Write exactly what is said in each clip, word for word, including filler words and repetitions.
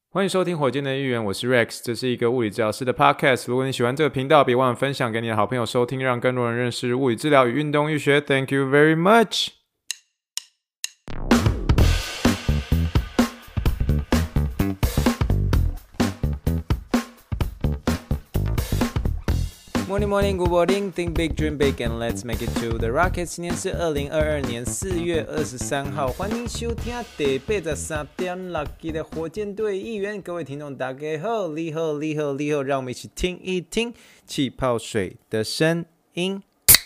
欢迎收听火箭的议员，我是 Rex， 这是一个物理治疗师的 podcast。如果你喜欢这个频道，别忘了分享给你的好朋友收听，让更多人认识物理治疗与运动医学。Thank you very much。Morning, morning, good morning. Think big, dream big, and let's make it to the rocket. 今天是二零二二年四月二十三号，欢迎收听第八十三点六集的火箭队议员。各位听众，大家好，你好，你好，你好，让我们一起听一听气泡水的声音。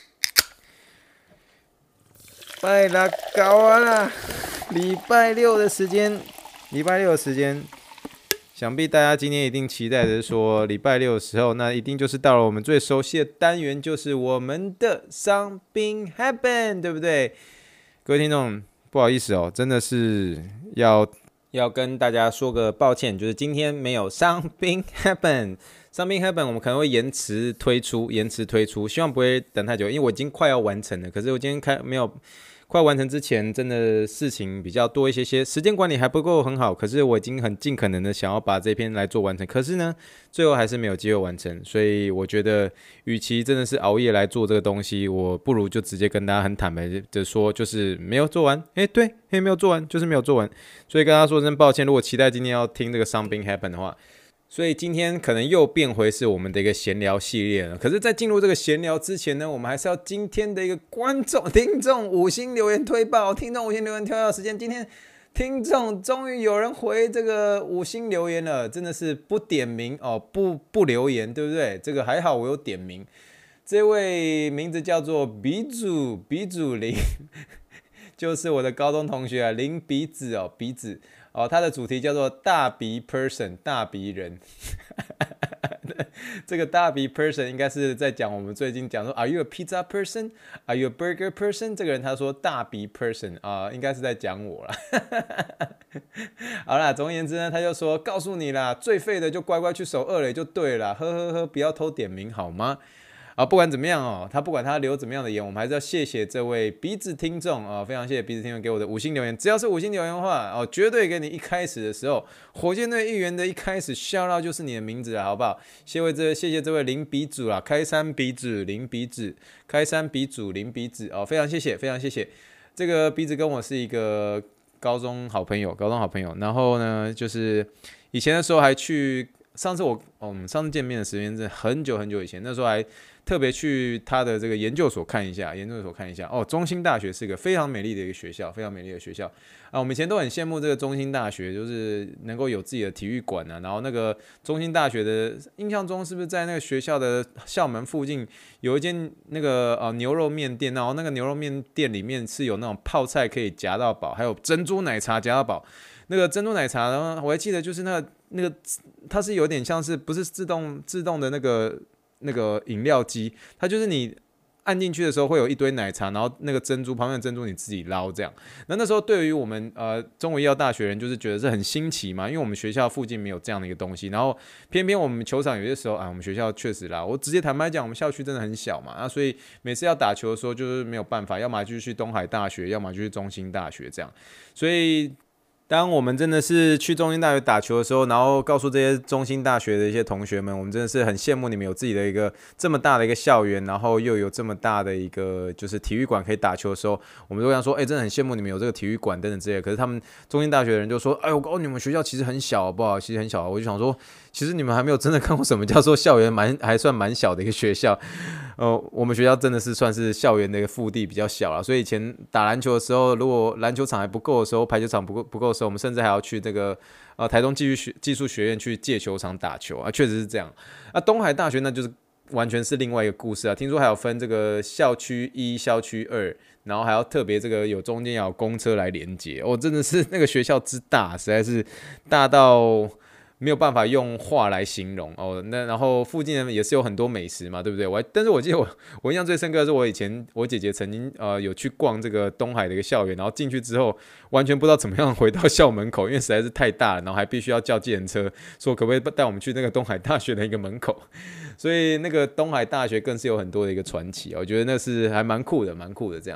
拜六搞完了，礼拜六的时间，礼拜六的时间。想必大家今天一定期待的是说，礼拜六的时候，那一定就是到了我们最熟悉的单元，就是我们的 Something Happen， 对不对？各位听众，不好意思哦，真的是要要跟大家说个抱歉，就是今天没有 Something Happen。Something Happen 我们可能会延迟推出，延迟推出，希望不会等太久，因为我已经快要完成了。可是我今天开没有。快完成之前，真的事情比较多一些些，时间管理还不够很好。可是我已经很尽可能的想要把这篇来做完成，可是呢，最后还是没有机会完成。所以我觉得，与其真的是熬夜来做这个东西，我不如就直接跟大家很坦白的说，就是没有做完。哎，对，哎，没有做完，就是没有做完。所以跟大家说声抱歉。如果期待今天要听这个 Something Happen 的话。所以今天可能又变回是我们的一个闲聊系列了。可是，在进入这个闲聊之前呢，我们还是要今天的一个观众、听众五星留言推爆，听众五星留言推爆时间。今天听众终于有人回这个五星留言了，真的是不点名哦，不不留言，对不对？这个还好，我有点名。这位名字叫做鼻祖鼻祖林，就是我的高中同学啊，林鼻子哦，鼻子。哦，它的主题叫做大鼻 person， 大鼻人。这个大鼻 person 应该是在讲我们最近讲说 ，Are you a pizza person? Are you a burger person? 这个人他说大鼻 person 啊、呃，应该是在讲我啦。好啦，总而言之呢，他就说告诉你啦，最废的就乖乖去守二垒就对了，呵呵呵，不要偷点名好吗？啊，不管怎么样哦，他不管他留怎么样的言，我们还是要谢谢这位鼻子听众啊、哦，非常谢谢鼻子听众给我的五星留言。只要是五星留言的话，哦，绝对给你一开始的时候，火箭队议员的一开始 shout out 就是你的名字了，好不好？谢谢这谢谢这位林鼻祖啦，开山鼻祖林鼻子，开山鼻祖林鼻子哦，非常谢谢，非常谢谢。这个鼻子跟我是一个高中好朋友，高中好朋友。然后呢，就是以前的时候还去，上次我我们、哦、上次见面的时间是很久很久以前，那时候还。特别去他的这个研究所看一下，研究所看一下哦。中兴大学是一个非常美丽的一个学校，非常美丽的学校啊。我们以前都很羡慕这个中兴大学，就是能够有自己的体育馆啊。然后那个中兴大学的印象中，是不是在那个学校的校门附近有一间那个呃牛肉面店？然后那个牛肉面店里面是有那种泡菜可以夹到饱，还有珍珠奶茶夹到饱。那个珍珠奶茶呢，我还记得就是那个那个它是有点像是不是自动自动的那个。那个饮料机，它就是你按进去的时候会有一堆奶茶，然后那个珍珠旁边的珍珠你自己捞这样。那那时候对于我们呃中国医药大学人就是觉得是很新奇嘛，因为我们学校附近没有这样的一个东西，然后偏偏我们球场有些时候啊，我们学校确实啦，我直接坦白讲，我们校区真的很小嘛，啊，所以每次要打球的时候就是没有办法，要么就去东海大学，要么就去中兴大学这样，所以。当我们真的是去中兴大学打球的时候，然后告诉这些中兴大学的一些同学们，我们真的是很羡慕你们有自己的一个这么大的一个校园，然后又有这么大的一个就是体育馆可以打球的时候，我们都想说，哎、欸，真的很羡慕你们有这个体育馆等等之类的。可是他们中兴大学的人就说，哎，我告诉你们学校其实很小，好不好？其实很小。我就想说，其实你们还没有真的看过什么叫做校园蛮还算蛮小的一个学校。呃，我们学校真的是算是校园的一个腹地比较小啦，所以以前打篮球的时候，如果篮球场还不够的时候，排球场不够不够的时候，我们甚至还要去这个呃台东技术学技术学院去借球场打球啊，确实是这样。啊，东海大学那就是完全是另外一个故事啊，听说还有分这个校区一、校区二，然后还要特别这个有中间要有公车来连接，哦，真的是那个学校之大，实在是大到。没有办法用话来形容哦。那然后附近也是有很多美食嘛，对不对？我还但是我记得我我印象最深刻的是我以前我姐姐曾经呃有去逛这个东海的一个校园，然后进去之后完全不知道怎么样回到校门口，因为实在是太大了，然后还必须要叫计程车，说可不可以带我们去那个东海大学的一个门口。所以那个东海大学更是有很多的一个传奇，我觉得那是还蛮酷的，蛮酷的这样。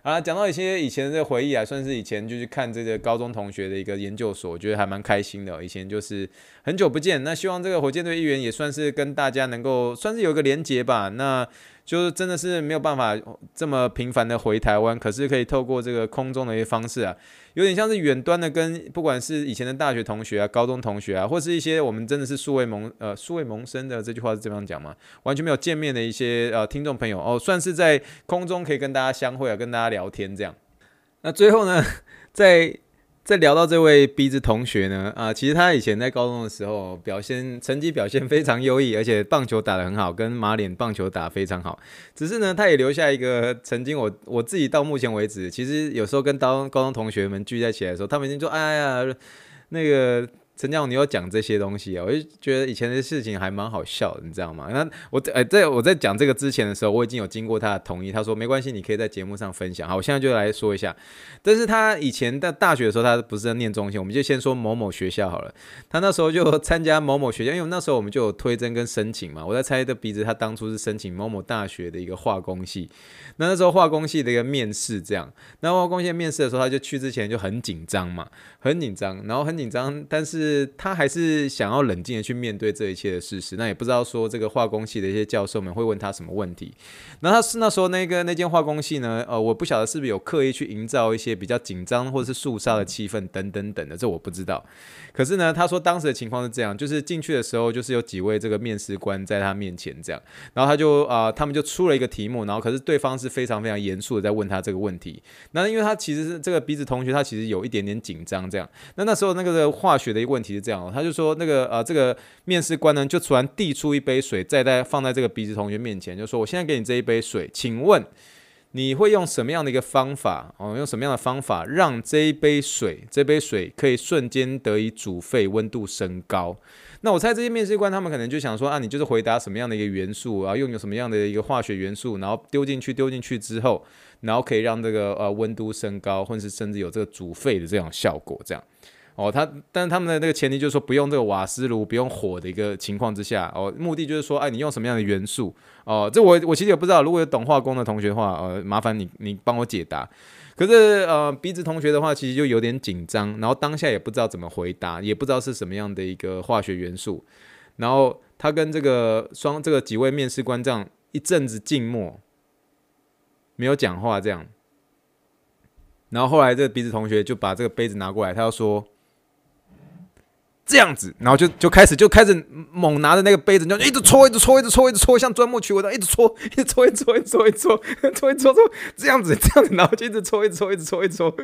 好了，讲到一些以前的回忆啊，算是以前就去看这个高中同学的一个研究所，我觉得还蛮开心的、哦。以前就是很久不见，那希望这个火箭队议员也算是跟大家能够算是有一个连结吧。那就是真的是没有办法这么频繁的回台湾，可是可以透过这个空中的一些方式啊，有点像是远端的跟不管是以前的大学同学啊、高中同学啊，或是一些我们真的是素未谋呃素未谋生的这句话是这样讲吗？完全没有见面的一些呃听众朋友哦，算是在空中可以跟大家相会啊，跟大家聊天这样。那最后呢，在再聊到这位鼻子同学呢，啊，其实他以前在高中的时候表现成绩表现非常优异，而且棒球打得很好，跟马脸棒球打得非常好。只是呢，他也留下一个曾经我我自己到目前为止，其实有时候跟高高中同学们聚在一起来的时候，他们已经说，哎呀，那个。陈嘉宏，你有讲这些东西啊，我就觉得以前的事情还蛮好笑的，你知道吗？那我呃，在我在讲这个之前的时候，我已经有经过他的同意，他说没关系，你可以在节目上分享。好，我现在就来说一下。但是他以前在大学的时候，他不是在念中心，我们就先说某某学校好了。他那时候就参加某某学校，因为那时候我们就有推甄跟申请嘛。我在猜的鼻子，他当初是申请某某大学的一个化工系。那那时候化工系的一个面试这样，那化工系面试的时候，他就去之前就很紧张嘛，很紧张，然后很紧张，但是他还是想要冷静的去面对这一切的事实。那也不知道说这个化工系的一些教授们会问他什么问题。那他是那时候那个那间化工系呢，呃，我不晓得是不是有刻意去营造一些比较紧张或者是肃杀的气氛等等等的，这我不知道。可是呢，他说当时的情况是这样，就是进去的时候，就是有几位这个面试官在他面前这样，然后他就啊、呃，他们就出了一个题目，然后可是对方是非常非常严肃的在问他这个问题。那因为他其实是这个鼻子同学，他其实有一点点紧张这样。那那时候那个化学的一个问题是这样、哦，他就说那个呃这个面试官呢就突然递出一杯水，再在放在这个鼻子同学面前，就说我现在给你这一杯水，请问你会用什么样的一个方法哦？用什么样的方法让这一杯水，这杯水可以瞬间得以煮沸，温度升高？那我猜这些面试官他们可能就想说啊，你就是回答什么样的一个元素啊，用有什么样的一个化学元素，然后丢进去，丢进去之后，然后可以让这个呃温度升高，或者是甚至有这个煮沸的这种效果，这样。哦，他但是他们的那个前提就是说不用这个瓦斯炉，不用火的一个情况之下，哦，目的就是说，哎，你用什么样的元素？哦，这我我其实也不知道，如果有懂化工的同学的话，呃，麻烦你你帮我解答。可是呃，鼻子同学的话，其实就有点紧张，然后当下也不知道怎么回答，也不知道是什么样的一个化学元素，然后他跟这个双这个几位面试官这样一阵子静默，没有讲话这样。然后后来这个鼻子同学就把这个杯子拿过来，他要说。这样子，然后就就开始就开始猛拿着那个杯子，就一直搓，一直搓，一直搓，一直搓，像钻木取火的，一直搓，一直搓，一直搓，一直搓，一直搓，搓一搓搓，这样子，这样子，然后就一直搓，一直搓，一直搓，一直搓。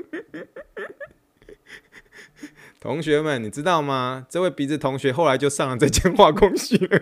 同学们，你知道吗？这位鼻子同学后来就上了这间化工系了。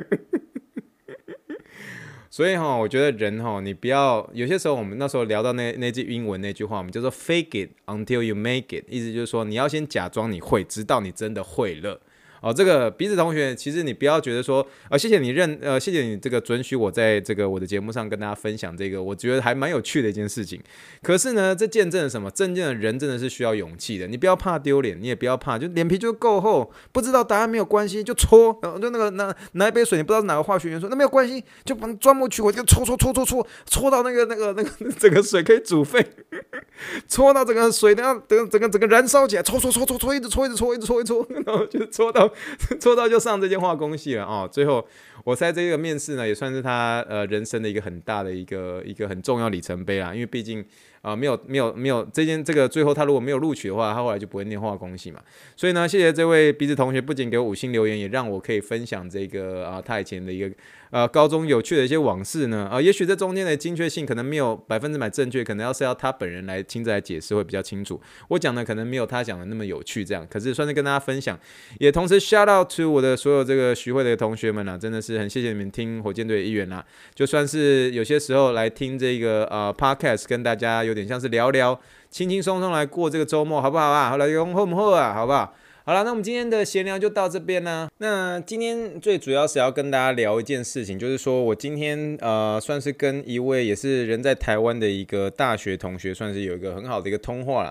所以哈，我觉得人哈，你不要有些时候，我们那时候聊到那那句英文那句话，我们叫做 "fake it until you make it"， 意思就是说，你要先假装你会，直到你真的会了。哦，这个鼻子同学，其实你不要觉得说，呃，谢谢你认，呃，谢谢你这个准许我在这个我的节目上跟大家分享这个，我觉得还蛮有趣的一件事情。可是呢，这见证了什么？真正的人真的是需要勇气的。你不要怕丢脸，你也不要怕，就脸皮就够厚，不知道答案没有关系，就搓，然后就那个拿拿一杯水，你不知道是哪个化学元素，那没有关系，就把钻木取火，就搓搓搓搓搓，搓到那个那个那个整个水可以煮沸，搓到整个水，然后整整个整个燃烧起来，搓搓搓搓搓，一直搓一直搓一直搓一直搓，然后就搓到。做到就上这间化工系了哦。最后，我猜这个面试呢，也算是他呃人生的一个很大的一个一个很重要里程碑啦。因为毕竟啊、呃，没有没有没有这件这个最后他如果没有录取的话，他后来就不会念化工系嘛。所以呢，谢谢这位鼻子同学，不仅给我五星留言，也让我可以分享这个啊、呃、他以前的一个呃高中有趣的一些往事呢。啊、呃，也许这中间的精确性可能没有百分之百正确，可能要是要他本人来亲自来解释会比较清楚。我讲的可能没有他讲的那么有趣，这样，可是算是跟大家分享，也同时 shout out to 我的所有这个徐汇的同学们啦，真的是很谢谢你们听火箭队的一员啦。就算是有些时候来听这个呃 podcast， 跟大家有点像是聊聊，轻轻松松来过这个周末，好不好啊？好了，用后不后啊，好不好？好了，那我们今天的闲聊就到这边啦。那今天最主要是要跟大家聊一件事情，就是说我今天呃算是跟一位也是人在台湾的一个大学同学，算是有一个很好的一个通话啦。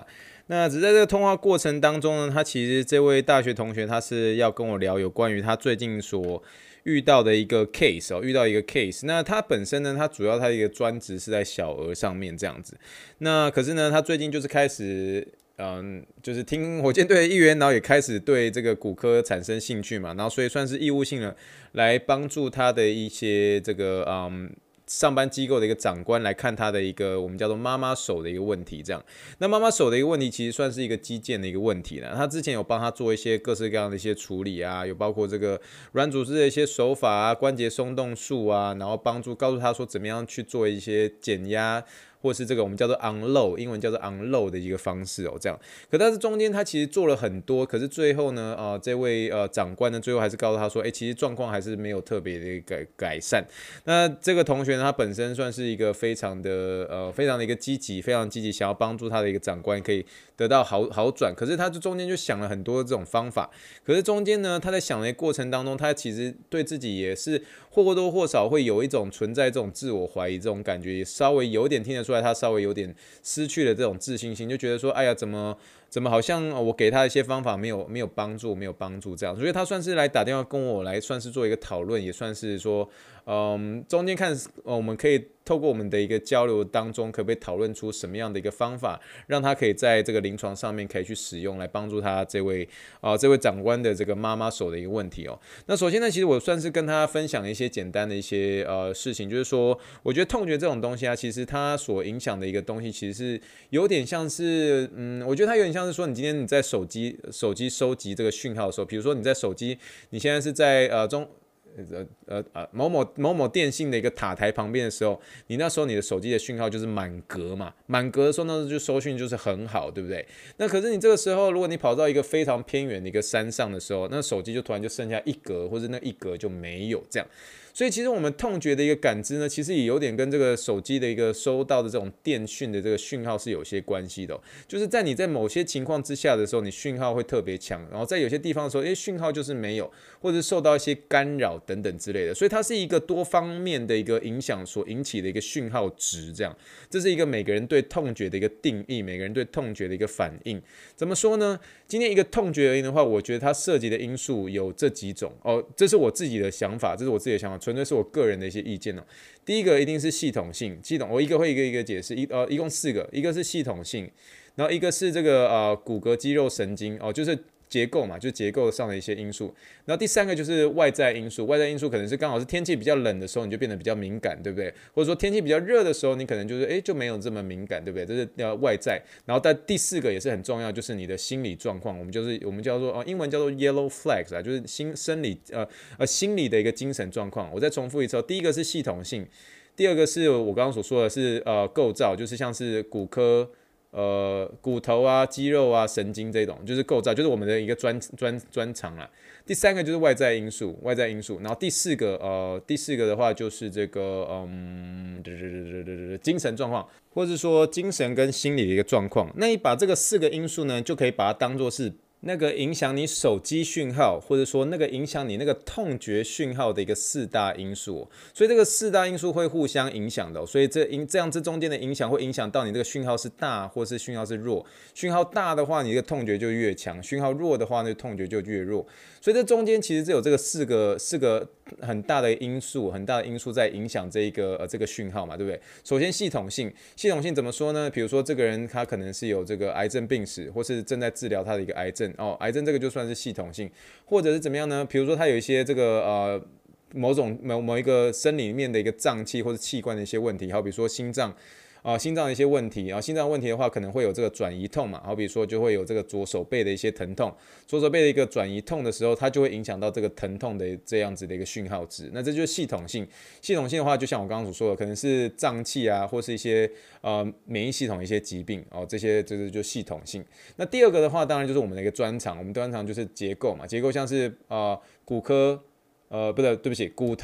那只在这个通话过程当中呢，他其实这位大学同学他是要跟我聊有关于他最近所遇到的一个 case 哦，遇到一个 case。那他本身呢，他主要他的一个专职是在小额上面这样子。那可是呢，他最近就是开始。嗯，就是听火箭队的一员，然后也开始对这个骨科产生兴趣嘛，然后所以算是义务性的来帮助他的一些这个嗯上班机构的一个长官来看他的一个我们叫做妈妈手的一个问题，这样。那妈妈手的一个问题其实算是一个肌腱的一个问题了。他之前有帮他做一些各式各样的一些处理啊，有包括这个软组织的一些手法啊、关节松动术啊，然后帮助告诉他说怎么样去做一些减压。或是这个我们叫做 unload， 英文叫做 unload 的一个方式哦，这样。可但是中间他其实做了很多，可是最后呢，呃，这位呃长官呢，最后还是告诉他说，哎、欸，其实状况还是没有特别的改改善。那这个同学呢，他本身算是一个非常的呃，非常的一个积极，非常积极，想要帮助他的一个长官可以得到好好转。可是他就中间就想了很多这种方法，可是中间呢，他在想的过程当中，他其实对自己也是或多或少会有一种存在这种自我怀疑这种感觉，也稍微有点听得出来。他稍微有点失去了这种自信心，就觉得说，哎呀，怎么怎么好像我给他一些方法没有没有帮助，没有帮助这样，所以他算是来打电话跟我来，算是做一个讨论，也算是说，嗯，中间看、呃、我们可以透过我们的一个交流当中，可不可以讨论出什么样的一个方法，让他可以在这个临床上面可以去使用，来帮助他这位啊、呃、这位长官的这个妈妈手的一个问题哦。那首先呢，其实我算是跟他分享一些简单的一些呃事情，就是说，我觉得痛觉这种东西啊，其实它所影响的一个东西，其实是有点像是，嗯，我觉得它有点像是说，你今天你在手机手机收集这个讯号的时候，比如说你在手机，你现在是在呃中。呃呃呃某某某某电信的一个塔台旁边的时候，你那时候你的手机的讯号就是满格嘛，满格的时候那就收讯就是很好，对不对？那可是你这个时候，如果你跑到一个非常偏远的一个山上的时候，那手机就突然就剩下一格，或者那一格就没有这样。所以其实我们痛觉的一个感知呢，其实也有点跟这个手机的一个收到的这种电讯的这个讯号是有些关系的、哦。就是在你在某些情况之下的时候，你讯号会特别强，然后在有些地方的时候，诶，讯号就是没有，或者受到一些干扰等等之类的。所以它是一个多方面的一个影响所引起的一个讯号值，这样，这是一个每个人对痛觉的一个定义，每个人对痛觉的一个反应。怎么说呢？今天一个痛觉而言的话，我觉得它涉及的因素有这几种哦，这是我自己的想法，这是我自己的想法。纯粹是我个人的一些意见哦。第一个一定是系统性，系统我一个会一个一个解释，一呃一共四个，一个是系统性，然后一个是这个呃骨骼肌肉神经哦，就是结构嘛，就是结构上的一些因素。然后第三个就是外在因素，外在因素可能是刚好是天气比较冷的时候，你就变得比较敏感，对不对？或者说天气比较热的时候，你可能就是哎就没有这么敏感，对不对？这是要外在。然后但第四个也是很重要，就是你的心理状况，我们就是我们叫做、呃、英文叫做 yellow flags 啊，就是心生理呃呃心理的一个精神状况。我再重复一次、哦，第一个是系统性，第二个是我刚刚所说的是呃构造，就是像是骨科。呃，骨头啊、肌肉啊、神经这种，就是构造，就是我们的一个专专专长啦。第三个就是外在因素，外在因素。然后第四个，呃，第四个的话就是这个，嗯，精神状况，或者说精神跟心理的一个状况。那你把这个四个因素呢，就可以把它当做是那个影响你手机讯号，或者说那个影响你那个痛觉讯号的一个四大因素、哦，所以这个四大因素会互相影响的、哦，所以这因这样这中间的影响会影响到你这个讯号是大或是讯号是弱。讯号大的话，你的痛觉就越强；讯号弱的话，那痛觉就越弱。所以这中间其实只有这个四个四个很大的因素，很大的因素在影响这一个呃这个讯号嘛，对不对？首先系统性，系统性怎么说呢？比如说这个人他可能是有这个癌症病史，或是正在治疗他的一个癌症。哦，癌症这个就算是系统性，或者是怎么样呢？比如说他有一些这个呃某种某某一个生理面的一个脏器或者器官的一些问题，好比说心脏。啊、呃，心脏的一些问题，然、啊、后心脏问题的话，可能会有这个转移痛嘛，好比说就会有这个左手背的一些疼痛，左手背的一个转移痛的时候，它就会影响到这个疼痛的这样子的一个讯号值，那这就是系统性。系统性的话，就像我刚刚所说的，可能是脏器啊，或是一些呃免疫系统一些疾病哦，这些就是就系统性。那第二个的话，当然就是我们的一个专长，我们专长就是结构嘛，结构像是呃骨科。呃，不对，对不起，骨头、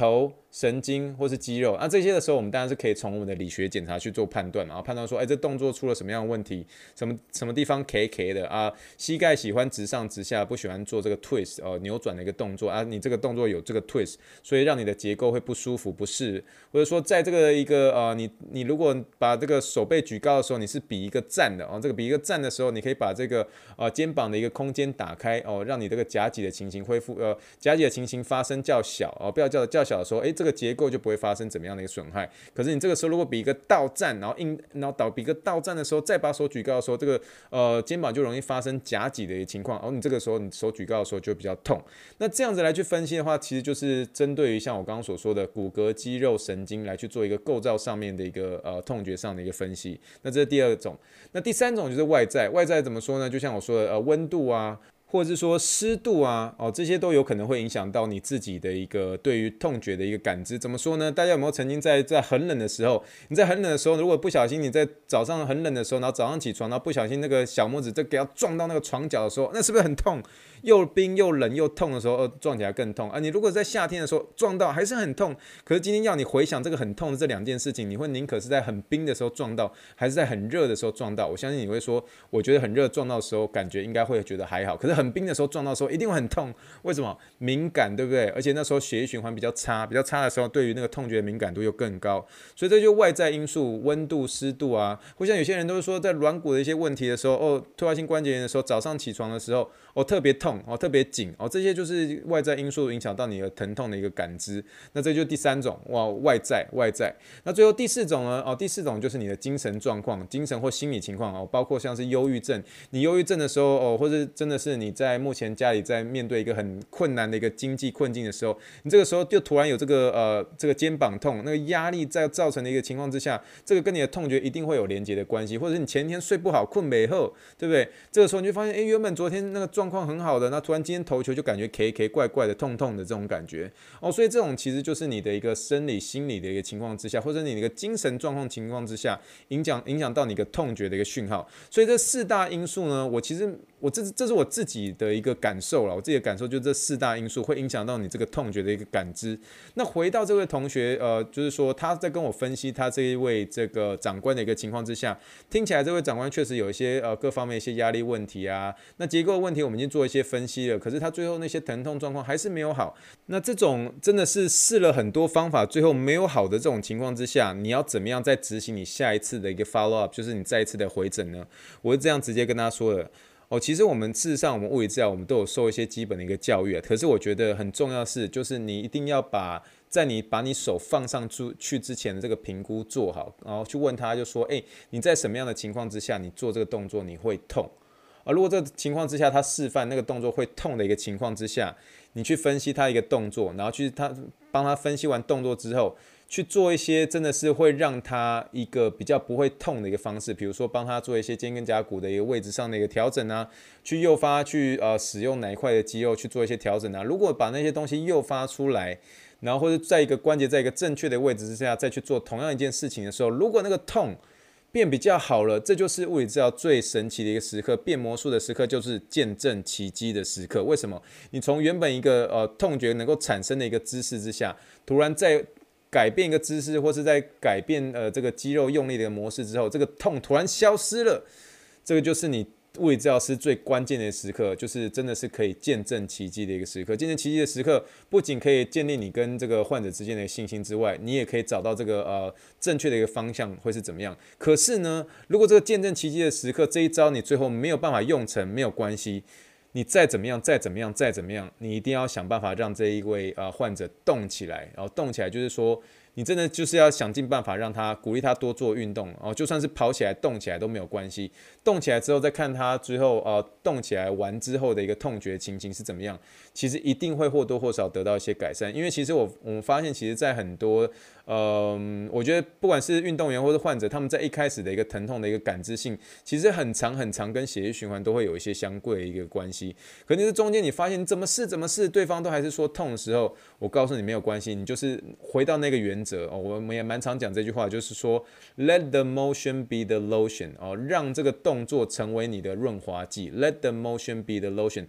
神经或是肌肉，那、啊、这些的时候，我们当然是可以从我们的理学检查去做判断，然后判断说，哎，这动作出了什么样的问题，什么什么地方 K K 的啊，膝盖喜欢直上直下，不喜欢做这个 twist 哦、呃、扭转的一个动作啊，你这个动作有这个 twist， 所以让你的结构会不舒服不适，或者说在这个一个呃你你如果把这个手背举高的时候，你是比一个站的哦，这个比一个站的时候，你可以把这个呃肩膀的一个空间打开哦，让你这个夹挤的情形恢复呃夹挤的情形发生较小哦，不要叫较小的时候，哎，这个结构就不会发生怎么样的一个损害。可是你这个时候如果比一个倒站，然后硬然后倒比一个倒站的时候，再把手举高的时候，这个呃肩膀就容易发生夹挤的一个情况，哦，你这个时候你手举高的时候就比较痛。那这样子来去分析的话，其实就是针对于像我刚刚所说的骨骼、肌肉、神经来去做一个构造上面的一个呃痛觉上的一个分析。那这是第二种。那第三种就是外在，外在怎么说呢？就像我说的，呃，温度啊。或者是说湿度啊，哦，这些都有可能会影响到你自己的一个对于痛觉的一个感知。怎么说呢？大家有没有曾经在在很冷的时候，你在很冷的时候，如果不小心你在早上很冷的时候，然后早上起床，然后不小心那个小拇指就给它撞到那个床角的时候，那是不是很痛？又冰又冷又痛的时候，呃，撞起来更痛啊！你如果在夏天的时候撞到还是很痛，可是今天要你回想这个很痛的这两件事情，你会宁可是在很冰的时候撞到，还是在很热的时候撞到？我相信你会说，我觉得很热撞到的时候感觉应该会觉得还好，可是很冰的时候撞到的时候一定会很痛。为什么？敏感，对不对？而且那时候血液循环比较差，比较差的时候，对于那个痛觉的敏感度又更高，所以这就外在因素，温度、湿度啊，或像有些人都是说，在软骨的一些问题的时候，哦，退化性关节炎的时候，早上起床的时候，哦，特别痛。哦，特别紧哦，这些就是外在因素影响到你的疼痛的一个感知。那这就是第三种哇，外在外在。那最后第四种呢？哦，第四种就是你的精神状况、精神或心理情况哦，包括像是忧郁症。你忧郁症的时候哦，或者真的是你在目前家里在面对一个很困难的一个经济困境的时候，你这个时候就突然有这个呃这个肩膀痛，那个压力在造成的一个情况之下，这个跟你的痛觉一定会有连结的关系，或者是你前天睡不好、困没后，对不对？这个时候你就发现，哎，原本昨天那个状况很好的，那突然今天投球就感觉 K K 怪怪的、痛痛的这种感觉哦，所以这种其实就是你的一个生理、心理的一个情况之下，或者你的一个精神状况情况之下，影响影响到你一个痛觉的一个讯号。所以这四大因素呢，我其实我这这是我自己的一个感受了，我自己的感受就是这四大因素会影响到你这个痛觉的一个感知。那回到这位同学，呃，就是说他在跟我分析他这一位这个长官的一个情况之下，听起来这位长官确实有一些呃各方面一些压力问题啊，那结构问题我们已经做一些分析了，可是他最后那些疼痛状况还是没有好。那这种真的是试了很多方法，最后没有好的这种情况之下，你要怎么样再执行你下一次的一个 follow up， 就是你再一次的回诊呢？我是这样直接跟他说的。哦，其实我们事实上，我们物理治疗我们都有受一些基本的一个教育啊。可是我觉得很重要的是，就是你一定要把在你把你手放上去之前的这个评估做好，然后去问他，就说，哎，你在什么样的情况之下，你做这个动作你会痛？啊，如果这个情况之下，他示范那个动作会痛的一个情况之下，你去分析他一个动作，然后去他帮他分析完动作之后，去做一些真的是会让他一个比较不会痛的一个方式，比如说帮他做一些肩胛胛骨的一个位置上的一个调整啊，去诱发去呃使用哪一块的肌肉去做一些调整啊。如果把那些东西诱发出来，然后或者在一个关节在一个正确的位置之下再去做同样一件事情的时候，如果那个痛变比较好了，这就是物理治疗最神奇的一个时刻，变魔术的时刻，就是见证奇迹的时刻。为什么？你从原本一个呃痛觉能够产生的一个姿势之下，突然在改变一个姿势，或是在改变呃这个肌肉用力的一个模式之后，这个痛突然消失了，这个就是你物理治疗师最关键的时刻，就是真的是可以见证奇迹的一个时刻。见证奇迹的时刻，不仅可以建立你跟这个患者之间的信心之外，你也可以找到这个呃正确的一个方向会是怎么样。可是呢，如果这个见证奇迹的时刻这一招你最后没有办法用成，没有关系。你再怎么样，再怎么样，再怎么样，你一定要想办法让这一位呃患者动起来，然后动起来就是说，你真的就是要想尽办法让他鼓励他多做运动，哦，就算是跑起来、动起来都没有关系。动起来之后，再看他最后呃动起来完之后的一个痛觉情形是怎么样，其实一定会或多或少得到一些改善。因为其实我我们发现，其实在很多呃，我觉得不管是运动员或者患者，他们在一开始的一个疼痛的一个感知性，其实很长很长，跟血液循环都会有一些相对的一个关系。可能是中间你发现怎么试怎么试，对方都还是说痛的时候，我告诉你没有关系，你就是回到那个原则哦。我们也蛮常讲这句话，就是说 Let the motion be the lotion 哦，让这个动作成为你的润滑剂。Let the motion be the lotion。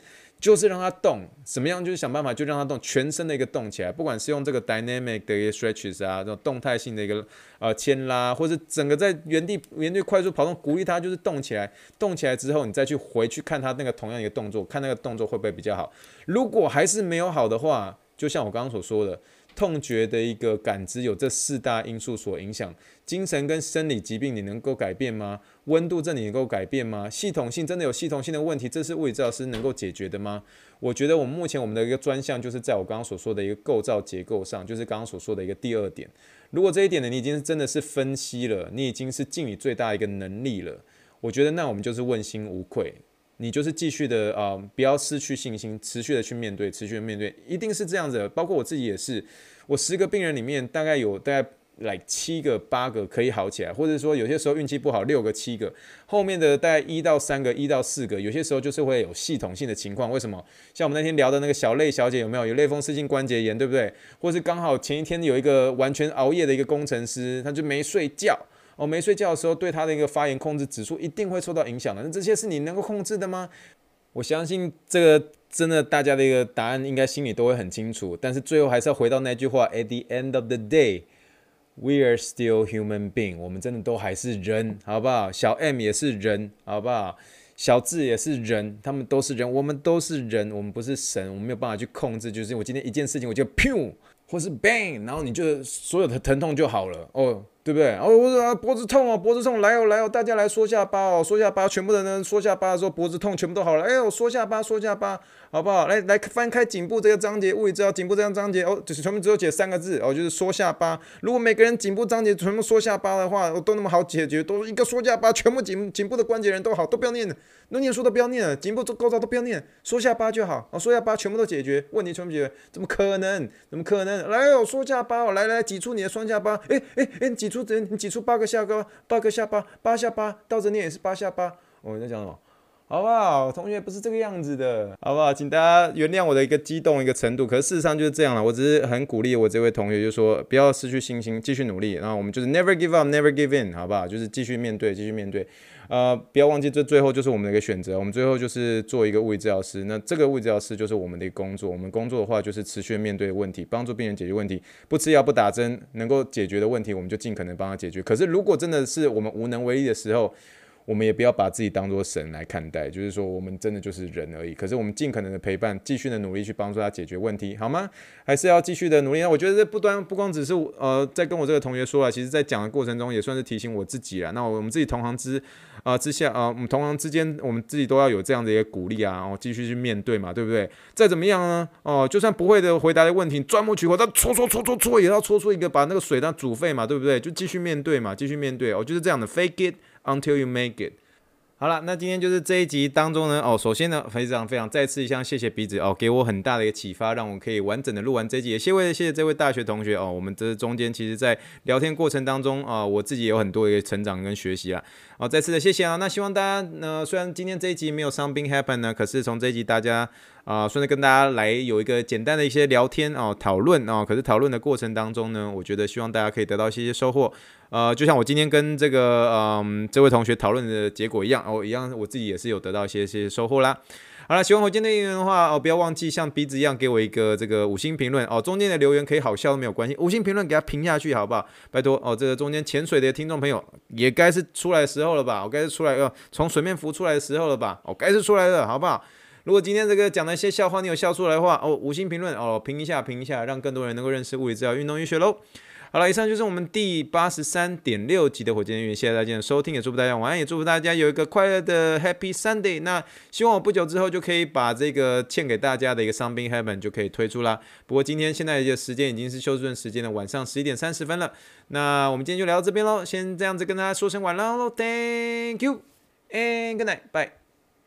就是让它动，怎么样？就是想办法就让它动，全身的一个动起来，不管是用这个 dynamic 的一个 stretches 啊，这种动态性的一个呃牵拉，或是整个在原地原地快速跑动，鼓励它就是动起来，动起来之后，你再去回去看它那个同样一个动作，看那个动作会不会比较好。如果还是没有好的话，就像我刚刚所说的。痛觉的一个感知有这四大因素所影响，精神跟生理疾病你能够改变吗？温度这你能够改变吗？系统性真的有系统性的问题，这是物理治疗师能够解决的吗？我觉得我们目前我们的一个专项就是在我刚刚所说的一个构造结构上，就是刚刚所说的一个第二点。如果这一点呢，你已经真的是分析了，你已经是尽你最大一个能力了，我觉得那我们就是问心无愧。你就是继续的啊、呃，不要失去信心，持续的去面对，持续的面对，一定是这样子的。包括我自己也是，我十个病人里面大概有大概来七个、八个可以好起来，或者说有些时候运气不好，六个、七个，后面的大概一到三个、一到四个，有些时候就是会有系统性的情况。为什么？像我们那天聊的那个小类小姐有没有有类风湿性关节炎，对不对？或是刚好前一天有一个完全熬夜的一个工程师，他就没睡觉。哦，没睡觉的时候，对他的一个发炎控制指数一定会受到影响的。那这些是你能够控制的吗？我相信这个真的大家的一个答案应该心里都会很清楚。但是最后还是要回到那句话 ：At the end of the day, we are still human being。我们真的都还是人，好不好？小 M 也是人，好不好？小智也是人，他们都是人，我们都是人，我们不是神，我们没有办法去控制。就是我今天一件事情，我就 pew 或是 bang， 然后你就所有的疼痛就好了哦。对不对？哦，我说脖子痛哦，脖子痛，来哦来哦，大家来缩下巴哦，缩下巴，全部的人缩下巴的时候，脖子痛全部都好了。哎呦，缩下巴，缩下巴，好不好？来来翻开颈部这个章节，物理治疗颈部这样章节哦，就是全部只有写三个字哦，就是缩下巴。如果每个人颈部章节全部缩下巴的话，哦，都那么好解决，都一个缩下巴，全部颈颈部的关节人都好，都不要念了，都念书都不要念了，颈部构造都不要念，缩下巴就好哦，缩下巴全部都解决，问题全部解决，怎么可能？怎么可能？来哦，缩下巴哦，来来挤出你的双下巴，哎哎哎，你挤出你挤出八个下巴，八个下巴，八下巴，倒着念也是八下巴。我在讲什么？好不好？同学不是这个样子的，好不好？请大家原谅我的一个激动一个程度，可是事实上就是这样了。我只是很鼓励我这位同学，就说不要失去信心，继续努力。然后我们就是 never give up，never give in， 好不好？就是继续面对，继续面对。呃，不要忘记，这最后就是我们的一个选择。我们最后就是做一个物理治疗师，那这个物理治疗师就是我们的一个工作。我们工作的话，就是持续面对问题，帮助病人解决问题。不吃药、不打针，能够解决的问题，我们就尽可能帮他解决。可是如果真的是我们无能为力的时候，我们也不要把自己当作神来看待，就是说我们真的就是人而已。可是我们尽可能的陪伴，继续的努力去帮助他解决问题，好吗？还是要继续的努力。那我觉得这不端不光只是呃在跟我这个同学说了，其实在讲的过程中也算是提醒我自己啦。那我们自己同行之啊、呃、之下啊、呃，我们同行之间，我们自己都要有这样的一个鼓励啊，哦，继续去面对嘛，对不对？再怎么样呢？哦，就算不会的回答的问题，钻木取火，但戳戳戳戳戳也要戳出一个把那个水当煮沸嘛，对不对？就继续面对嘛，继续面对哦，就是这样的 ，fake it until you make it。好了，那今天就是这一集当中呢，哦，首先呢，非常非常再次一项谢谢鼻子哦，给我很大的一个启发，让我可以完整的录完这一集。也谢谢谢谢这位大学同学哦，我们这中间其实在聊天过程当中啊、哦，我自己也有很多的成长跟学习啦。哦，再次的谢谢啊。那希望大家呢，虽然今天这一集没有 something happen 呢，可是从这一集大家啊，顺、呃、着跟大家来有一个简单的一些聊天哦，讨论哦，可是讨论的过程当中呢，我觉得希望大家可以得到一些收获。呃，就像我今天跟这个嗯这位同学讨论的结果一样，哦，一样我自己也是有得到一些些收获啦。好了，喜欢我今天的内容的话，哦，不要忘记像鼻子一样给我一个这个五星评论哦。中间的留言可以好笑都没有关系，五星评论给他评下去好不好？拜托哦，这个中间潜水的听众朋友也该是出来的时候了吧？我该是出来呃从水面浮出来的时候了吧？哦，该是出来了，好不好？如果今天这个讲的一些笑话你有笑出来的话，哦，五星评论哦，评一下评一下，让更多人能够认识物理治疗、运动医学喽。好了，以上就是我们第八十三点六集的火箭人员，谢谢大家的收听，也祝福大家晚安，也祝福大家有一个快乐的 Happy Sunday。那希望我不久之后就可以把这个欠给大家的一个 Something Happen 就可以推出啦。不过今天现在的时间已经是休顿时间的晚上十一点三十分了，那我们今天就聊到这边喽，先这样子跟大家说声晚安喽 ，Thank you and good night，bye。